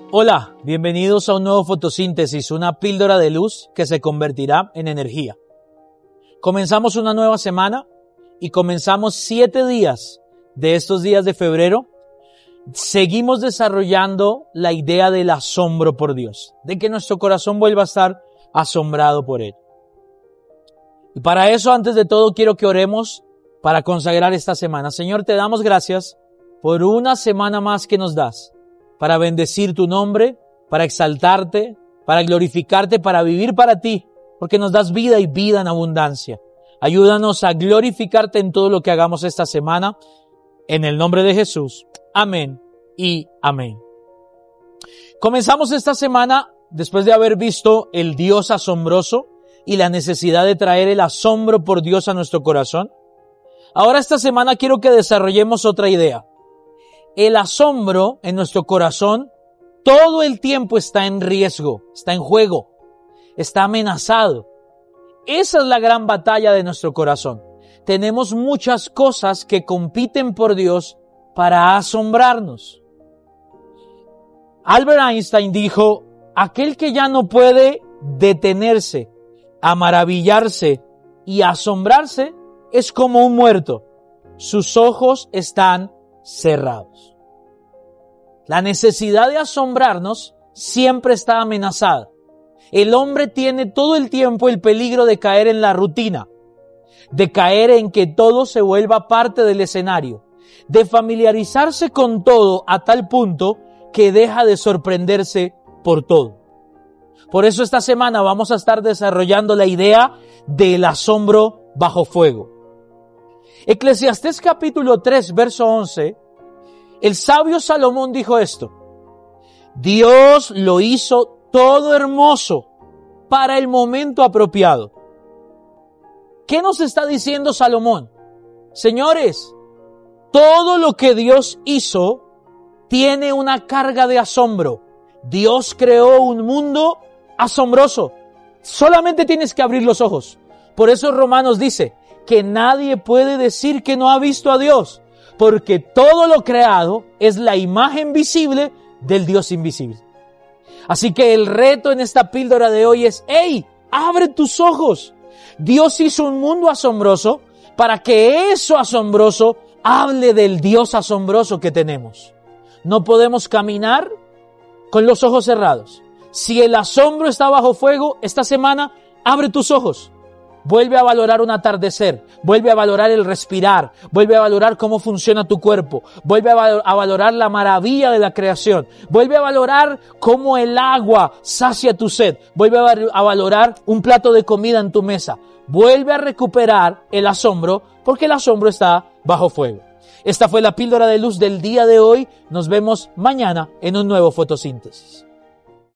Hola, bienvenidos a un nuevo fotosíntesis, una píldora de luz que se convertirá en energía. Comenzamos una nueva semana y comenzamos 7 días de estos días de febrero. Seguimos desarrollando la idea del asombro por Dios, de que nuestro corazón vuelva a estar asombrado por Él. Y para eso, antes de todo, quiero que oremos para consagrar esta semana. Señor, te damos gracias por una semana más que nos das, para bendecir tu nombre, para exaltarte, para glorificarte, para vivir para ti, porque nos das vida y vida en abundancia. Ayúdanos a glorificarte en todo lo que hagamos esta semana, en el nombre de Jesús. Amén y amén. Comenzamos esta semana después de haber visto el Dios asombroso y la necesidad de traer el asombro por Dios a nuestro corazón. Ahora esta semana quiero que desarrollemos otra idea. El asombro en nuestro corazón todo el tiempo está en riesgo, está en juego, está amenazado. Esa es la gran batalla de nuestro corazón. Tenemos muchas cosas que compiten por Dios para asombrarnos. Albert Einstein dijo, aquel que ya no puede detenerse a maravillarse y asombrarse es como un muerto. Sus ojos están cerrados. La necesidad de asombrarnos siempre está amenazada. El hombre tiene todo el tiempo el peligro de caer en la rutina, de caer en que todo se vuelva parte del escenario, de familiarizarse con todo a tal punto que deja de sorprenderse por todo. Por eso esta semana vamos a estar desarrollando la idea del asombro bajo fuego. Eclesiastés capítulo 3, verso 11, el sabio Salomón dijo esto: Dios lo hizo todo hermoso para el momento apropiado. ¿Qué nos está diciendo Salomón? Señores, todo lo que Dios hizo tiene una carga de asombro. Dios creó un mundo asombroso. Solamente tienes que abrir los ojos. Por eso Romanos dice que nadie puede decir que no ha visto a Dios, porque todo lo creado es la imagen visible del Dios invisible. Así que el reto en esta píldora de hoy es, ¡hey! ¡Abre tus ojos! Dios hizo un mundo asombroso para que eso asombroso hable del Dios asombroso que tenemos. No podemos caminar con los ojos cerrados. Si el asombro está bajo fuego, esta semana, abre tus ojos. Vuelve a valorar un atardecer, vuelve a valorar el respirar, vuelve a valorar cómo funciona tu cuerpo, vuelve a valorar la maravilla de la creación, vuelve a valorar cómo el agua sacia tu sed, vuelve a valorar un plato de comida en tu mesa, vuelve a recuperar el asombro, porque el asombro está bajo fuego. Esta fue la píldora de luz del día de hoy. Nos vemos mañana en un nuevo fotosíntesis.